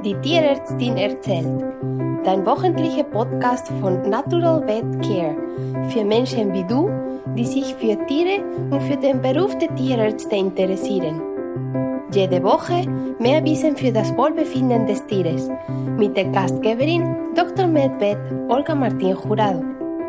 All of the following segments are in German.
Die Tierärztin erzählt. Dein wöchentlicher Podcast von Natural Vet Care für Menschen wie du, die sich für Tiere und für den Beruf der Tierärzte interessieren. Jede Woche mehr Wissen für das Wohlbefinden des Tieres mit der Gastgeberin Dr. Med-Vet Olga Martín Jurado.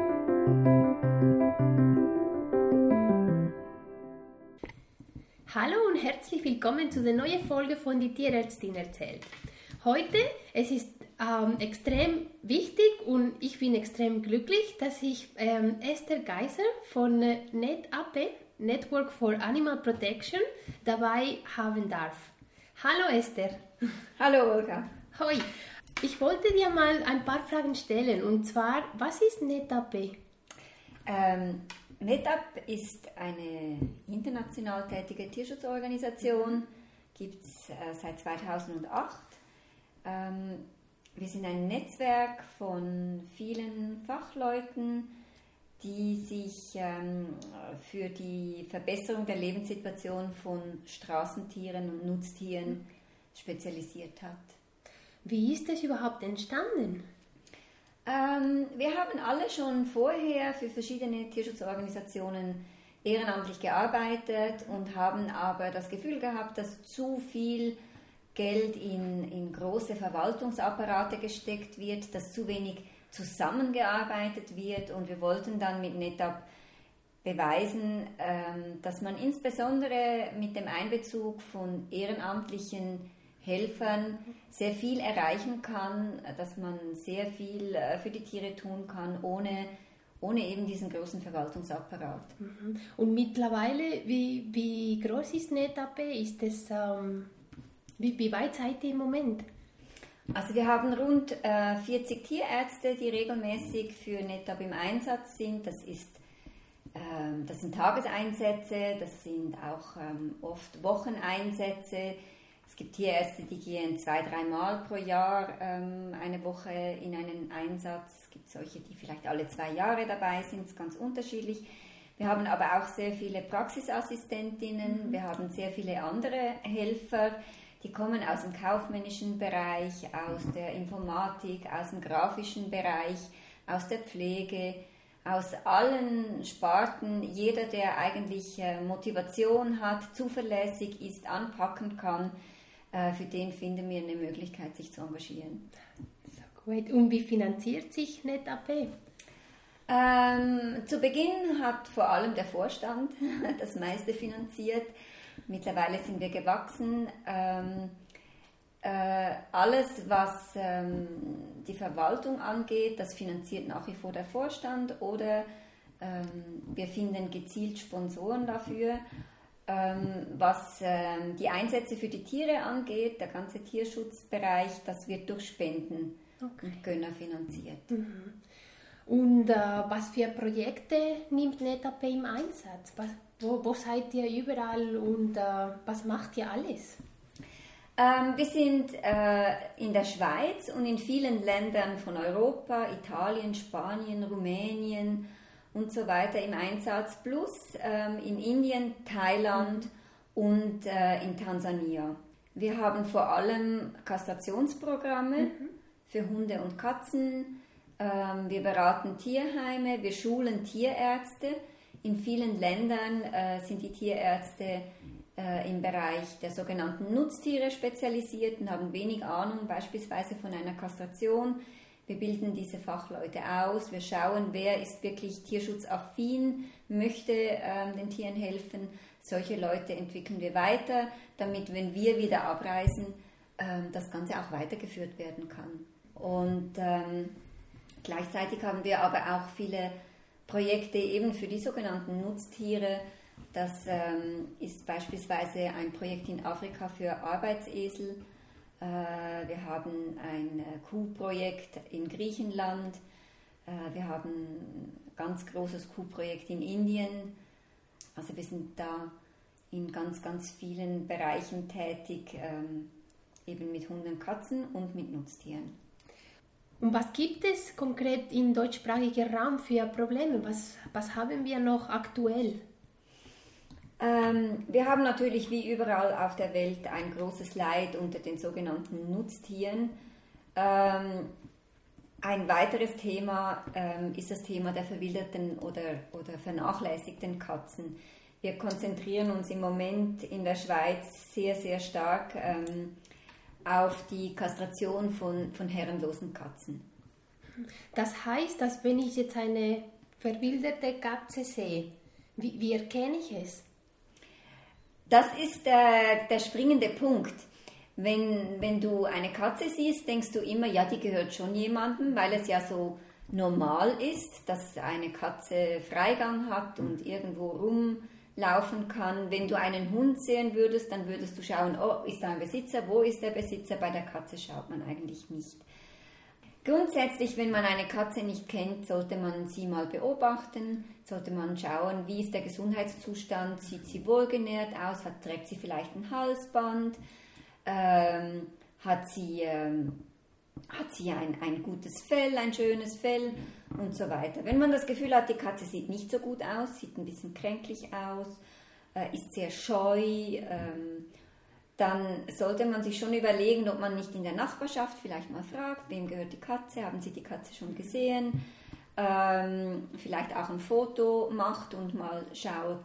Hallo und herzlich willkommen zu der neuen Folge von Die Tierärztin erzählt. Heute, es ist extrem wichtig und ich bin extrem glücklich, dass ich Esther Geiser von NetAP, Network for Animal Protection, dabei haben darf. Hallo Esther. Hallo Olga. Hoi. Ich wollte dir mal ein paar Fragen stellen und zwar, was ist NetAP? NetAP ist eine international tätige Tierschutzorganisation, gibt es seit 2008. Wir sind ein Netzwerk von vielen Fachleuten, die sich für die Verbesserung der Lebenssituation von Straßentieren und Nutztieren spezialisiert hat. Wie ist es überhaupt entstanden? Wir haben alle schon vorher für verschiedene Tierschutzorganisationen ehrenamtlich gearbeitet und haben aber das Gefühl gehabt, dass zu viel Geld in große Verwaltungsapparate gesteckt wird, dass zu wenig zusammengearbeitet wird, und wir wollten dann mit NetAP beweisen, dass man insbesondere mit dem Einbezug von ehrenamtlichen Helfern sehr viel erreichen kann, dass man sehr viel für die Tiere tun kann, ohne eben diesen großen Verwaltungsapparat. Und mittlerweile, wie groß ist NetAP? Ist es, wie weit seid ihr im Moment? Also wir haben rund 40 Tierärzte, die regelmäßig für NetAP im Einsatz sind. Das sind Tageseinsätze, das sind auch oft Wocheneinsätze. Es gibt Tierärzte, die gehen 2-3 Mal pro Jahr eine Woche in einen Einsatz. Es gibt solche, die vielleicht alle 2 Jahre dabei sind, das ist ganz unterschiedlich. Wir haben aber auch sehr viele Praxisassistentinnen, wir haben sehr viele andere Helfer, die kommen aus dem kaufmännischen Bereich, aus der Informatik, aus dem grafischen Bereich, aus der Pflege, aus allen Sparten. Jeder, der eigentlich Motivation hat, zuverlässig ist, anpacken kann, für den finden wir eine Möglichkeit, sich zu engagieren. So gut. Und wie finanziert sich NetAP? Zu Beginn hat vor allem der Vorstand das meiste finanziert. Mittlerweile sind wir gewachsen. Alles, was die Verwaltung angeht, das finanziert nach wie vor der Vorstand, oder wir finden gezielt Sponsoren dafür. Was die Einsätze für die Tiere angeht, der ganze Tierschutzbereich, das wird durch Spenden und Gönner finanziert. Und was für Projekte nimmt NetAP im Einsatz? Wo seid ihr überall und was macht ihr alles? Wir sind in der Schweiz und in vielen Ländern von Europa, Italien, Spanien, Rumänien und so weiter im Einsatz, plus in Indien, Thailand und in Tansania. Wir haben vor allem Kastrationsprogramme für Hunde und Katzen. Wir beraten Tierheime, wir schulen Tierärzte. In vielen Ländern sind die Tierärzte im Bereich der sogenannten Nutztiere spezialisiert und haben wenig Ahnung beispielsweise von einer Kastration. Wir bilden diese Fachleute aus, wir schauen, wer ist wirklich tierschutzaffin, möchte den Tieren helfen. Solche Leute entwickeln wir weiter, damit, wenn wir wieder abreisen, das Ganze auch weitergeführt werden kann. Und gleichzeitig haben wir aber auch viele Projekte eben für die sogenannten Nutztiere. Das ist beispielsweise ein Projekt in Afrika für Arbeitsesel. Wir haben ein Kuhprojekt in Griechenland. Wir haben ein ganz großes Kuhprojekt in Indien. Also wir sind da in ganz, ganz vielen Bereichen tätig, eben mit Hunden und Katzen und mit Nutztieren. Und was gibt es konkret im deutschsprachigen Raum für Probleme? Was haben wir noch aktuell? Wir haben natürlich wie überall auf der Welt ein großes Leid unter den sogenannten Nutztieren. Ein weiteres Thema ist das Thema der verwilderten oder vernachlässigten Katzen. Wir konzentrieren uns im Moment in der Schweiz sehr, sehr stark auf die Kastration von herrenlosen Katzen. Das heißt, dass wenn ich jetzt eine verwilderte Katze sehe, wie erkenne ich es? Das ist der springende Punkt. Wenn du eine Katze siehst, denkst du immer, ja, die gehört schon jemandem, weil es ja so normal ist, dass eine Katze Freigang hat und irgendwo rumlaufen kann. Wenn du einen Hund sehen würdest, dann würdest du schauen, oh, ist da ein Besitzer, wo ist der Besitzer? Bei der Katze schaut man eigentlich nicht. Grundsätzlich, wenn man eine Katze nicht kennt, sollte man sie mal beobachten, sollte man schauen, wie ist der Gesundheitszustand, sieht sie wohlgenährt aus, trägt sie vielleicht ein Halsband, hat sie ein gutes Fell, ein schönes Fell und so weiter. Wenn man das Gefühl hat, die Katze sieht nicht so gut aus, sieht ein bisschen kränklich aus, ist sehr scheu, dann sollte man sich schon überlegen, ob man nicht in der Nachbarschaft vielleicht mal fragt, wem gehört die Katze, haben Sie die Katze schon gesehen, vielleicht auch ein Foto macht und mal schaut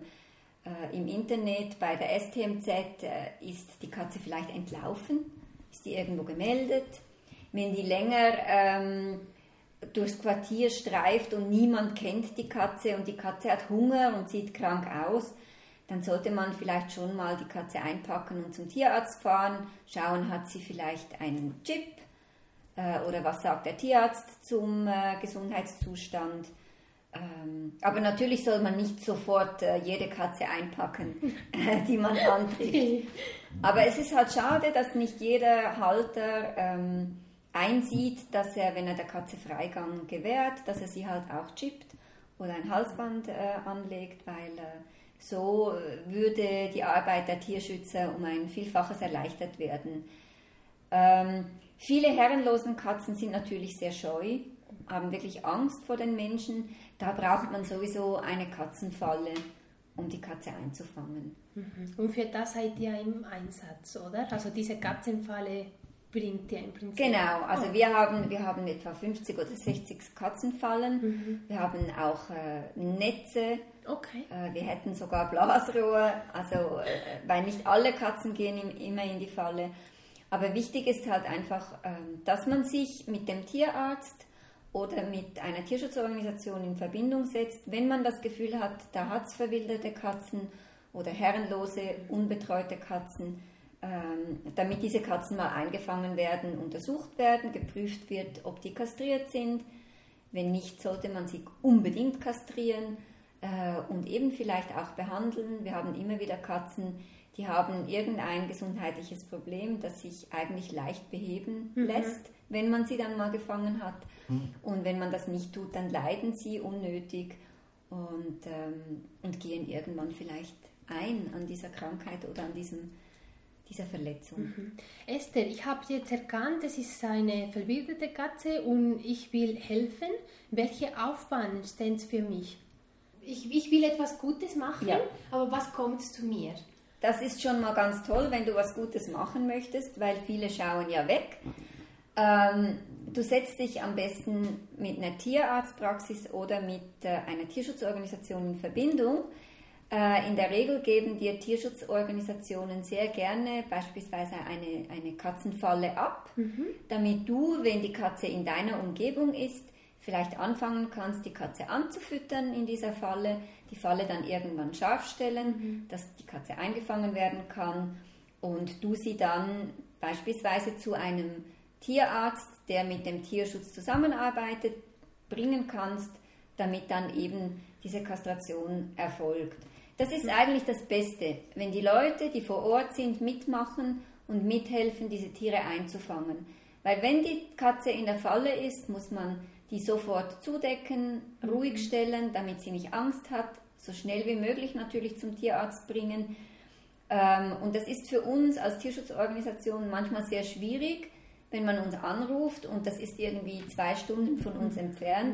im Internet, bei der STMZ, ist die Katze vielleicht entlaufen, ist die irgendwo gemeldet. Wenn die länger durchs Quartier streift und niemand kennt die Katze und die Katze hat Hunger und sieht krank aus, dann sollte man vielleicht schon mal die Katze einpacken und zum Tierarzt fahren, schauen, hat sie vielleicht einen Chip oder was sagt der Tierarzt zum Gesundheitszustand. Aber natürlich soll man nicht sofort jede Katze einpacken, die man antrifft. Aber es ist halt schade, dass nicht jeder Halter einsieht, dass er, wenn er der Katze Freigang gewährt, dass er sie halt auch chippt oder ein Halsband anlegt, weil so würde die Arbeit der Tierschützer um ein Vielfaches erleichtert werden. Viele herrenlosen Katzen sind natürlich sehr scheu, haben wirklich Angst vor den Menschen. Da braucht man sowieso eine Katzenfalle, um die Katze einzufangen. Und für das seid ihr im Einsatz, oder? Also diese Katzenfalle bringt ihr im Prinzip. Genau, also wir haben etwa 50 oder 60 Katzenfallen. Wir haben auch Netze. Okay. Wir hätten sogar Blasrohr, also weil nicht alle Katzen gehen immer in die Falle. Aber wichtig ist halt einfach, dass man sich mit dem Tierarzt oder mit einer Tierschutzorganisation in Verbindung setzt, wenn man das Gefühl hat, da hat es verwilderte Katzen oder herrenlose, unbetreute Katzen, damit diese Katzen mal eingefangen werden, untersucht werden, geprüft wird, ob die kastriert sind. Wenn nicht, sollte man sie unbedingt kastrieren und eben vielleicht auch behandeln. Wir haben immer wieder Katzen, die haben irgendein gesundheitliches Problem, das sich eigentlich leicht beheben lässt, wenn man sie dann mal gefangen hat. Und wenn man das nicht tut, dann leiden sie unnötig und gehen irgendwann vielleicht ein an dieser Krankheit oder an dieser Verletzung. Esther, ich habe jetzt erkannt, es ist eine verwilderte Katze und ich will helfen. Welche Aufwand steht für mich? Ich will etwas Gutes machen, ja. Aber was kommt zu mir? Das ist schon mal ganz toll, wenn du was Gutes machen möchtest, weil viele schauen ja weg. Du setzt dich am besten mit einer Tierarztpraxis oder mit einer Tierschutzorganisation in Verbindung. In der Regel geben dir Tierschutzorganisationen sehr gerne beispielsweise eine Katzenfalle ab, damit du, wenn die Katze in deiner Umgebung ist, vielleicht anfangen kannst, die Katze anzufüttern in dieser Falle, die Falle dann irgendwann scharf stellen, dass die Katze eingefangen werden kann und du sie dann beispielsweise zu einem Tierarzt, der mit dem Tierschutz zusammenarbeitet, bringen kannst, damit dann eben diese Kastration erfolgt. Das ist eigentlich das Beste, wenn die Leute, die vor Ort sind, mitmachen und mithelfen, diese Tiere einzufangen. Weil wenn die Katze in der Falle ist, muss man die sofort zudecken, ruhig stellen, damit sie nicht Angst hat, so schnell wie möglich natürlich zum Tierarzt bringen. Und das ist für uns als Tierschutzorganisation manchmal sehr schwierig, wenn man uns anruft und das ist irgendwie 2 Stunden von uns entfernt,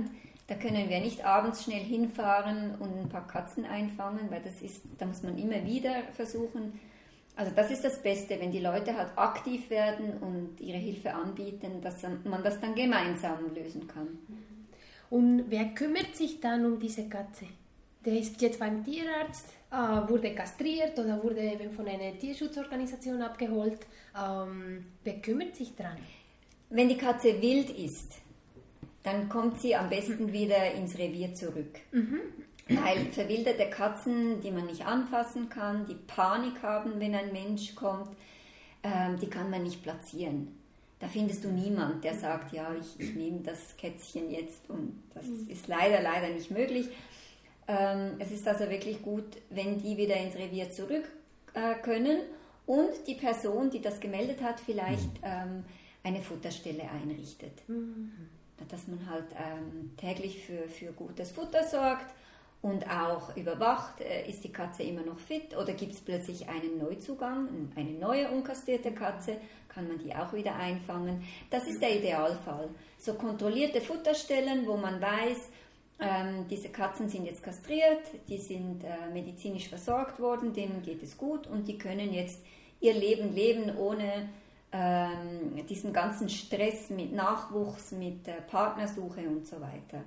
Da können wir nicht abends schnell hinfahren und ein paar Katzen einfangen, weil da muss man immer wieder versuchen. Also das ist das Beste, wenn die Leute halt aktiv werden und ihre Hilfe anbieten, dass man das dann gemeinsam lösen kann. Und wer kümmert sich dann um diese Katze? Der ist jetzt beim Tierarzt, wurde kastriert oder wurde eben von einer Tierschutzorganisation abgeholt. Wer kümmert sich dran? Wenn die Katze wild ist, dann kommt sie am besten wieder ins Revier zurück. Weil verwilderte Katzen, die man nicht anfassen kann, die Panik haben, wenn ein Mensch kommt, die kann man nicht platzieren. Da findest du niemand, der sagt, ja, ich nehme das Kätzchen jetzt, und das ist leider nicht möglich. Es ist also wirklich gut, wenn die wieder ins Revier zurück können und die Person, die das gemeldet hat, vielleicht eine Futterstelle einrichtet. Dass man halt täglich für gutes Futter sorgt und auch überwacht, ist die Katze immer noch fit oder gibt es plötzlich einen Neuzugang, eine neue unkastrierte Katze, kann man die auch wieder einfangen. Das ist der Idealfall. So kontrollierte Futterstellen, wo man weiß, diese Katzen sind jetzt kastriert, die sind medizinisch versorgt worden, denen geht es gut und die können jetzt ihr Leben leben ohne diesen ganzen Stress mit Nachwuchs, mit Partnersuche und so weiter.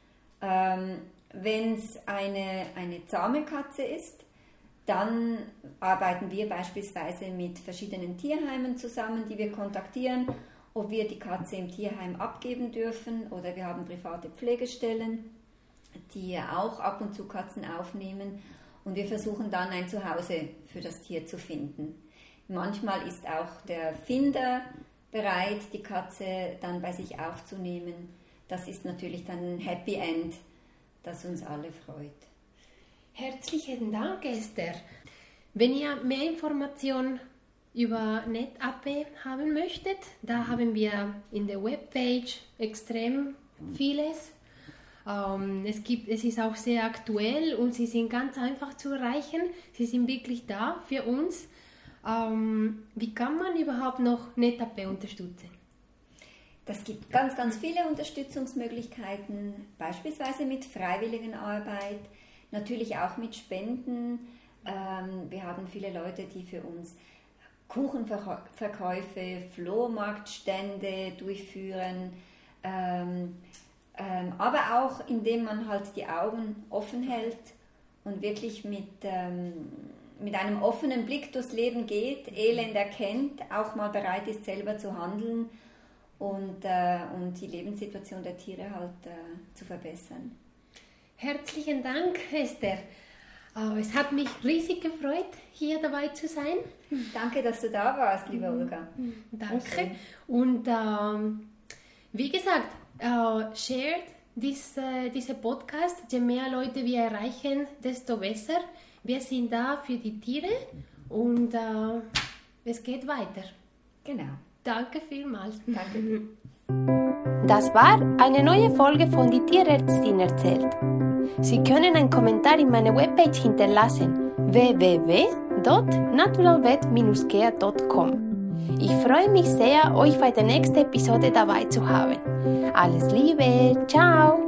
Wenn es eine zahme Katze ist, dann arbeiten wir beispielsweise mit verschiedenen Tierheimen zusammen, die wir kontaktieren, ob wir die Katze im Tierheim abgeben dürfen, oder wir haben private Pflegestellen, die auch ab und zu Katzen aufnehmen, und wir versuchen dann ein Zuhause für das Tier zu finden. Manchmal ist auch der Finder bereit, die Katze dann bei sich aufzunehmen. Das ist natürlich dann ein Happy End, das uns alle freut. Herzlichen Dank, Esther. Wenn ihr mehr Informationen über NetApp haben möchtet, da haben wir in der Webpage extrem vieles. Es ist auch sehr aktuell und sie sind ganz einfach zu erreichen. Sie sind wirklich da für uns. Wie kann man überhaupt noch NetApp unterstützen? Das gibt ganz viele Unterstützungsmöglichkeiten, beispielsweise mit Freiwilligenarbeit, natürlich auch mit Spenden. Wir haben viele Leute, die für uns Kuchenverkäufe, Flohmarktstände durchführen, aber auch indem man halt die Augen offen hält und wirklich mit einem offenen Blick durchs Leben geht, Elend erkennt, auch mal bereit ist, selber zu handeln und die Lebenssituation der Tiere halt zu verbessern. Herzlichen Dank, Esther. Es hat mich riesig gefreut, hier dabei zu sein. Danke, dass du da warst, liebe Olga. Danke. Und wie gesagt, shared diese Podcast. Je mehr Leute wir erreichen, desto besser. Wir sind da für die Tiere und es geht weiter. Genau. Danke vielmals. Danke. Das war eine neue Folge von Die Tierärztin erzählt. Sie können einen Kommentar in meiner Webpage hinterlassen: www.naturalvet-care.com. Ich freue mich sehr, euch bei der nächsten Episode dabei zu haben. Alles Liebe, ciao!